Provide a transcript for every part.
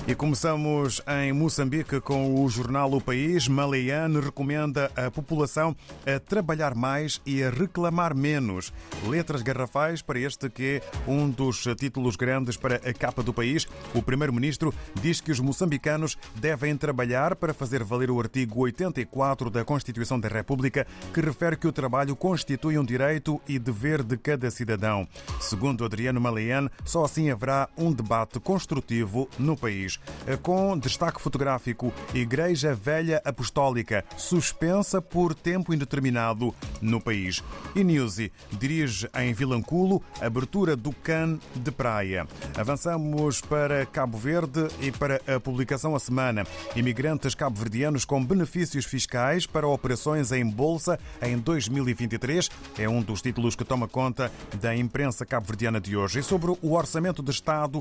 E começamos em Moçambique com o jornal O País. Maleane recomenda a população a trabalhar mais e a reclamar menos. Letras garrafais para este que é um dos títulos grandes para a capa do País. O primeiro-ministro diz que os moçambicanos devem trabalhar para fazer valer o artigo 84 da Constituição da República, que refere que o trabalho constitui um direito e dever de cada cidadão. Segundo Adriano Maleane, só assim haverá um debate construtivo no país. Com destaque fotográfico, Igreja Velha Apostólica suspensa por tempo indeterminado no país. E Newsy dirige em Vilanculo abertura do CAN de praia. Avançamos para Cabo Verde e para a publicação a semana. Imigrantes cabo-verdianos com benefícios fiscais para operações em bolsa em 2023 é um dos títulos que toma conta da imprensa cabo-verdiana de hoje. E sobre o Orçamento de Estado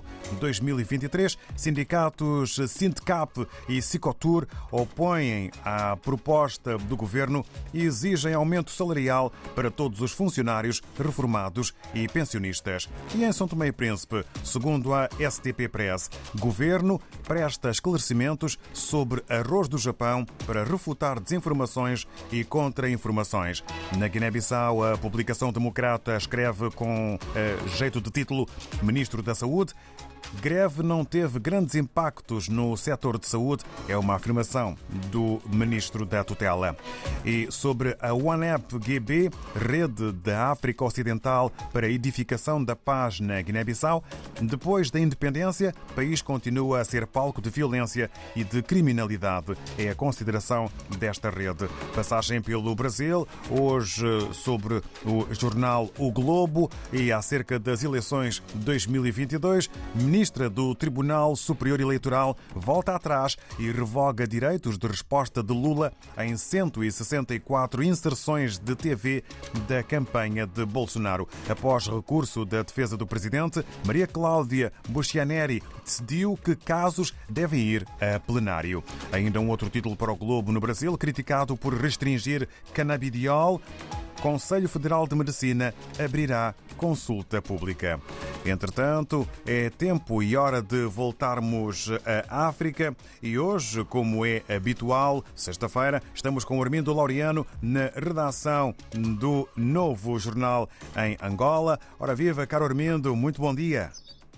2023, sindicatos Sindicap e Sicotur opõem à proposta do governo e exigem aumento salarial para todos os funcionários, reformados e pensionistas. E em São Tomé e Príncipe, segundo a STP Press, governo presta esclarecimentos sobre arroz do Japão para refutar desinformações e contra-informações. Na Guiné-Bissau, a publicação democrata escreve com jeito de título: Ministro da Saúde. Greve não teve grandes impactos no setor de saúde, é uma afirmação do ministro da tutela. E sobre a ONEP GB, Rede da África Ocidental para a Edificação da Paz na Guiné-Bissau, depois da independência, o país continua a ser palco de violência e de criminalidade. É a consideração desta rede. Passagem pelo Brasil, hoje sobre o jornal O Globo e acerca das eleições 2022, Ministra do Tribunal Superior Eleitoral volta atrás e revoga direitos de resposta de Lula em 164 inserções de TV da campanha de Bolsonaro. Após recurso da defesa do presidente, Maria Cláudia Buchianeri decidiu que casos devem ir a plenário. Ainda um outro título para o Globo no Brasil, criticado por restringir canabidiol. Conselho Federal de Medicina abrirá consulta pública. Entretanto, é tempo e hora de voltarmos à África e hoje, como é habitual, sexta-feira, estamos com o Armindo Laureano na redação do Novo Jornal em Angola. Ora viva, caro Armindo, muito bom dia.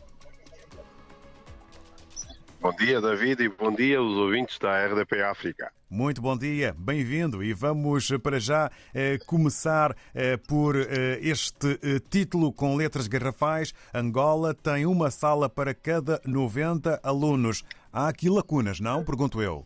Bom dia, David, e bom dia aos ouvintes da RDP África. Muito bom dia, bem-vindo e vamos para já começar por este título com letras garrafais. Angola tem uma sala para cada 90 alunos. Há aqui lacunas, não? Pergunto eu.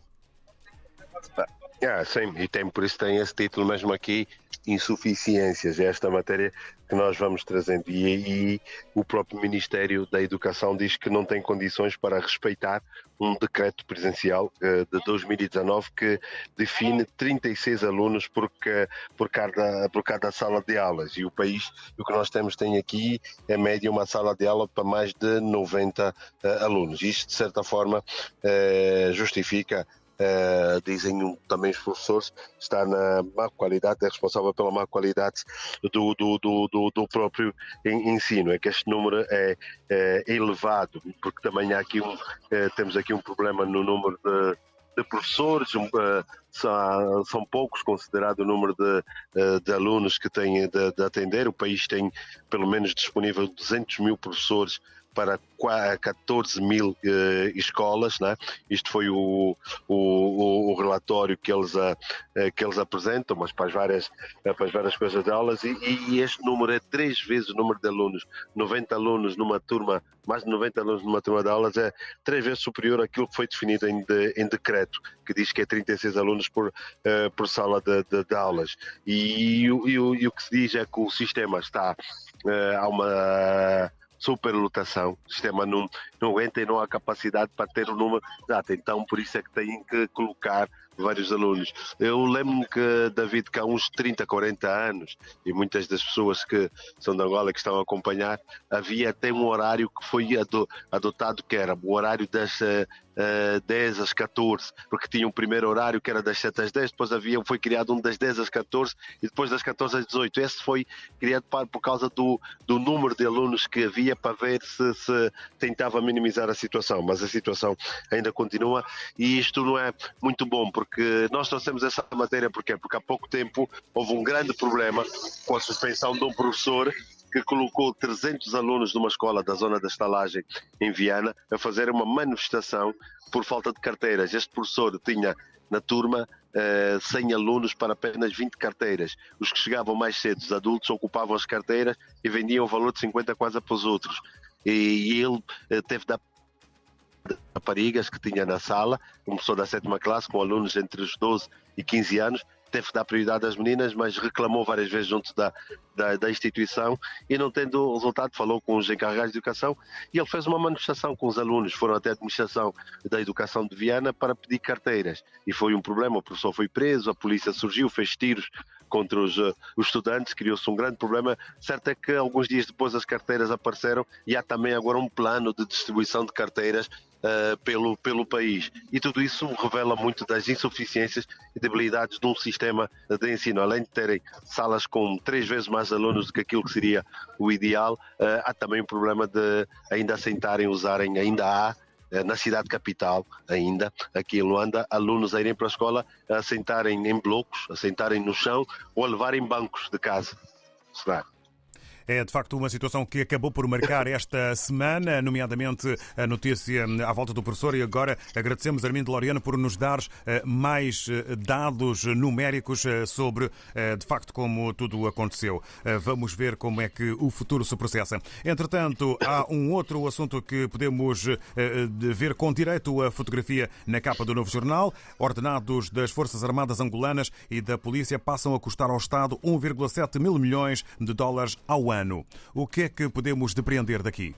Sim, e por isso tem esse título mesmo aqui, insuficiências. É esta matéria que nós vamos trazendo. E o próprio Ministério da Educação diz que não tem condições para respeitar um decreto presidencial de 2019 que define 36 alunos por cada sala de aulas. E o país, o que nós tem aqui, é média uma sala de aula para mais de 90 alunos. Isto, de certa forma, justifica. Dizem também os professores, está na má qualidade, é responsável pela má qualidade do próprio ensino. É que este número é elevado, porque também temos aqui um problema no número de professores, são poucos considerado o número de alunos que têm de atender. O país tem pelo menos disponível 200 mil professores para 14 mil escolas, né? Isto foi o relatório que eles apresentam, mas para as várias coisas de aulas, e este número é 3 vezes o número de alunos. 90 alunos numa turma, mais de 90 alunos numa turma de aulas é 3 vezes superior àquilo que foi definido em decreto, que diz que é 36 alunos por sala de aulas. E o que se diz é que o sistema há uma superlotação, o sistema não aguenta e não há capacidade para ter o número exato. Então, por isso é que têm que colocar vários alunos. Eu lembro-me que, David, que há uns 30, 40 anos, e muitas das pessoas que são de Angola que estão a acompanhar, havia até um horário que foi adotado, que era o horário das 10 às 14, porque tinha um primeiro horário que era das 7 às 10, depois foi criado um das 10 às 14 e depois das 14 às 18. Esse foi criado por causa do número de alunos que havia, para ver se tentava minimizar a situação, mas a situação ainda continua e isto não é muito bom, porque nós trouxemos essa matéria porque há pouco tempo houve um grande problema com a suspensão de um professor que colocou 300 alunos de uma escola da zona da estalagem em Viana a fazer uma manifestação por falta de carteiras. Este professor tinha na turma 100 alunos para apenas 20 carteiras. Os que chegavam mais cedo, os adultos, ocupavam as carteiras e vendiam o valor de 50 quase para os outros. E ele teve de dar raparigas que tinha na sala, um professor da 7ª classe, com alunos entre os 12 e 15 anos, teve de dar prioridade às meninas, mas reclamou várias vezes junto da instituição e, não tendo resultado, falou com os encarregados de educação e ele fez uma manifestação com os alunos, foram até a administração da educação de Viana para pedir carteiras e foi um problema, o professor foi preso, a polícia surgiu, fez tiros contra os estudantes, criou-se um grande problema. Certo é que alguns dias depois as carteiras apareceram e há também agora um plano de distribuição de carteiras pelo país. E tudo isso revela muito das insuficiências e debilidades de um sistema de ensino. Além de terem salas com 3 vezes mais alunos do que aquilo que seria o ideal, há também o problema de ainda assentarem, usarem, ainda há na cidade capital, ainda, aqui em Luanda, alunos a irem para a escola a sentarem em blocos, a sentarem no chão ou a levarem bancos de casa. Será? É, de facto, uma situação que acabou por marcar esta semana, nomeadamente a notícia à volta do professor. E agora agradecemos, Armindo Laureano, por nos dar mais dados numéricos sobre, de facto, como tudo aconteceu. Vamos ver como é que o futuro se processa. Entretanto, há um outro assunto que podemos ver com direito à fotografia na capa do Novo Jornal. Ordenados das Forças Armadas angolanas e da Polícia passam a custar ao Estado 1,7 mil milhões de dólares ao ano. O que é que podemos depreender daqui?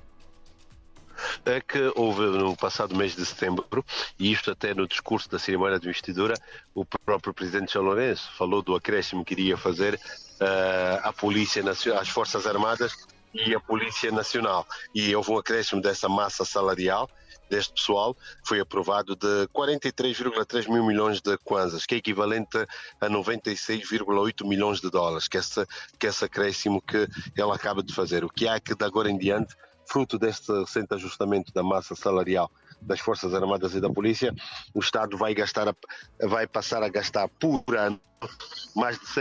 É que houve no passado mês de setembro, e isto até no discurso da cerimónia de investidura, o próprio presidente João Lourenço falou do acréscimo que iria fazer à Polícia Nacional, às Forças Armadas e à Polícia Nacional. E houve um acréscimo dessa massa salarial deste pessoal, foi aprovado de 43,3 mil milhões de kwanzas, que é equivalente a 96,8 milhões de dólares, que é esse acréscimo que ele acaba de fazer. O que há que de agora em diante, fruto deste recente ajustamento da massa salarial das Forças Armadas e da Polícia, o Estado vai passar a gastar por ano mais de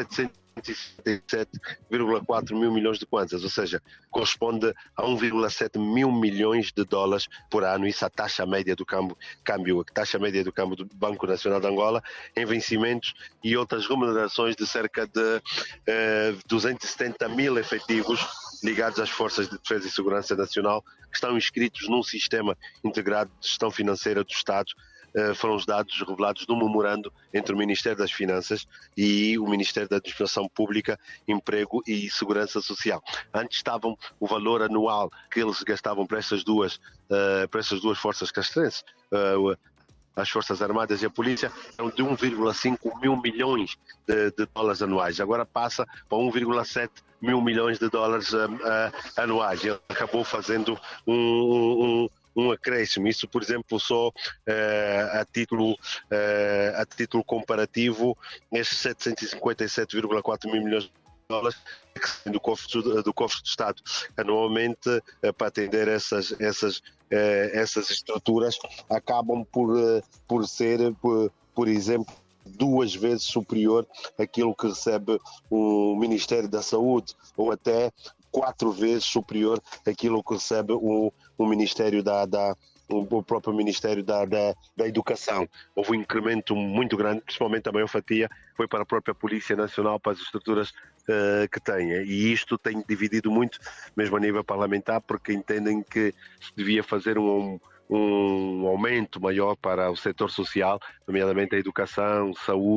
777,4 mil milhões de kwanzas, ou seja, corresponde a 1,7 mil milhões de dólares por ano. Isso a taxa média do câmbio, a taxa média do câmbio do Banco Nacional de Angola, em vencimentos e outras remunerações de cerca de 270 mil efetivos ligados às Forças de Defesa e Segurança Nacional, que estão inscritos num sistema integrado de gestão financeira do Estado. Foram os dados revelados no memorando entre o Ministério das Finanças e o Ministério da Administração Pública, Emprego e Segurança Social. Antes estavam o valor anual que eles gastavam para essas duas forças castrenses, as Forças Armadas e a Polícia, eram de 1,5 mil milhões de dólares anuais. Agora passa para 1,7 mil milhões de dólares anuais. Ele acabou fazendo um acréscimo. Isso, por exemplo, só a título comparativo, estes 757,4 mil milhões de dólares do cofre do Estado anualmente para atender essas estruturas, acabam por ser, por exemplo, 2 vezes superior àquilo que recebe o Ministério da Saúde, ou até 4 vezes superior àquilo que recebe o Ministério o próprio Ministério da Educação. Houve um incremento muito grande, principalmente a maior fatia foi para a própria Polícia Nacional, para as estruturas que tem. E isto tem dividido muito, mesmo a nível parlamentar, porque entendem que se devia fazer um aumento maior para o setor social, nomeadamente a educação, saúde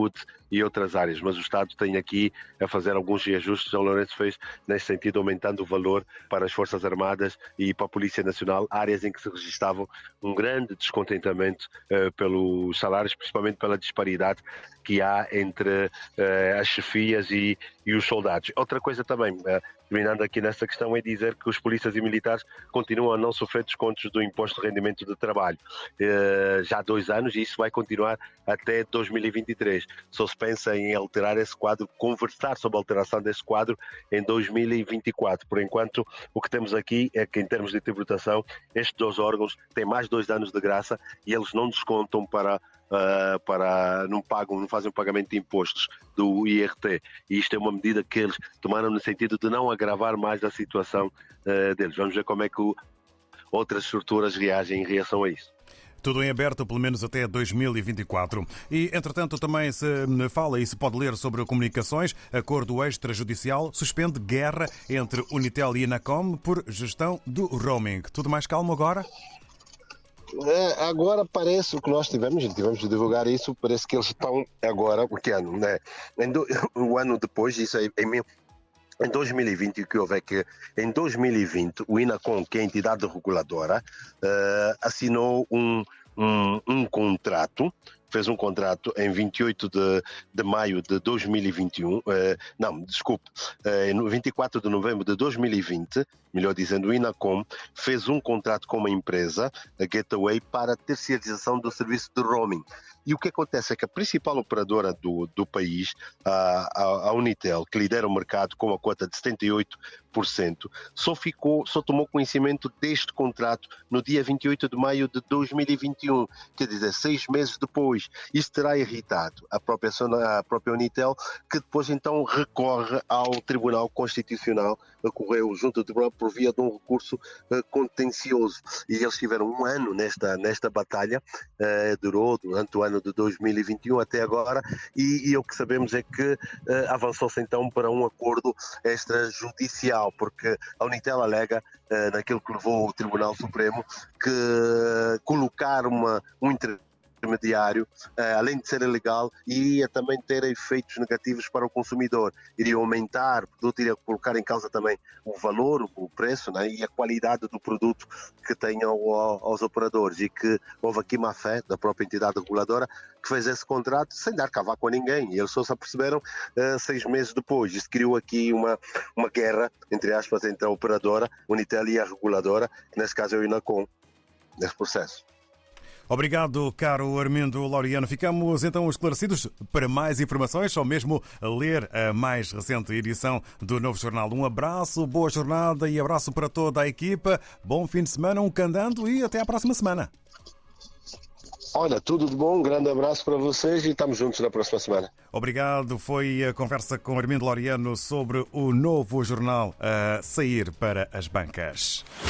e outras áreas, mas o Estado tem aqui a fazer alguns reajustes. São Lourenço fez nesse sentido, aumentando o valor para as Forças Armadas e para a Polícia Nacional, áreas em que se registavam um grande descontentamento pelos salários, principalmente pela disparidade que há entre as chefias e os soldados. Outra coisa também, terminando aqui nessa questão, é dizer que os polícias e militares continuam a não sofrer descontos do imposto de rendimento de trabalho. Já há 2 anos, e isso vai continuar até 2023. Só se pensa em alterar esse quadro, conversar sobre a alteração desse quadro em 2024. Por enquanto, o que temos aqui é que, em termos de tributação, estes 2 órgãos têm mais 2 anos de graça e eles não descontam não fazem o pagamento de impostos do IRT, e isto é uma medida que eles tomaram no sentido de não agravar mais a situação deles. Vamos ver como é que outras estruturas reagem em reação a isso. Tudo em aberto, pelo menos até 2024. E, entretanto, também se fala e se pode ler sobre comunicações. Acordo extrajudicial suspende guerra entre Unitel e Inacom por gestão do roaming. Tudo mais calmo agora? Agora parece o que nós tivemos de divulgar isso, parece que eles estão agora, o que ano, né? Um ano depois, isso é em 2020, o que houve é que em 2020 o Inacom, que é a entidade reguladora, assinou um contrato, fez um contrato em 28 de maio de 2021, em 24 de novembro de 2020, melhor dizendo, o Inacom fez um contrato com uma empresa, a Gateway, para a terceirização do serviço de roaming. E o que acontece é que a principal operadora do país, a Unitel, que lidera o mercado com a cota de 78%, só tomou conhecimento deste contrato no dia 28 de maio de 2021, quer dizer, 6 meses depois. Isto terá irritado a própria Unitel, que depois então recorre ao Tribunal Constitucional, recorreu junto ao Tribunal por via de um recurso contencioso. E eles tiveram 1 ano nesta batalha, durou durante o ano de 2021 até agora, e o que sabemos é que avançou-se então para um acordo extrajudicial, porque a Unitel alega, naquilo que levou o Tribunal Supremo, que colocar um intermediário, além de ser ilegal, iria também ter efeitos negativos para o consumidor. Iria aumentar o produto, iria colocar em causa também o valor, o preço, né, e a qualidade do produto que tenham aos operadores, e que houve aqui má fé da própria entidade reguladora que fez esse contrato sem dar cavaco a ninguém, e eles só se aperceberam 6 meses depois. Isso criou aqui uma guerra, entre aspas, entre a operadora, Unitel, e a reguladora, que nesse caso é o Inacom, nesse processo. Obrigado, caro Armindo Laureano. Ficamos então esclarecidos. Para mais informações, só mesmo ler a mais recente edição do Novo Jornal. Um abraço, boa jornada e abraço para toda a equipa. Bom fim de semana, candando, e até à próxima semana. Olha, tudo de bom, um grande abraço para vocês e estamos juntos na próxima semana. Obrigado. Foi a conversa com Armindo Laureano sobre o Novo Jornal a sair para as bancas.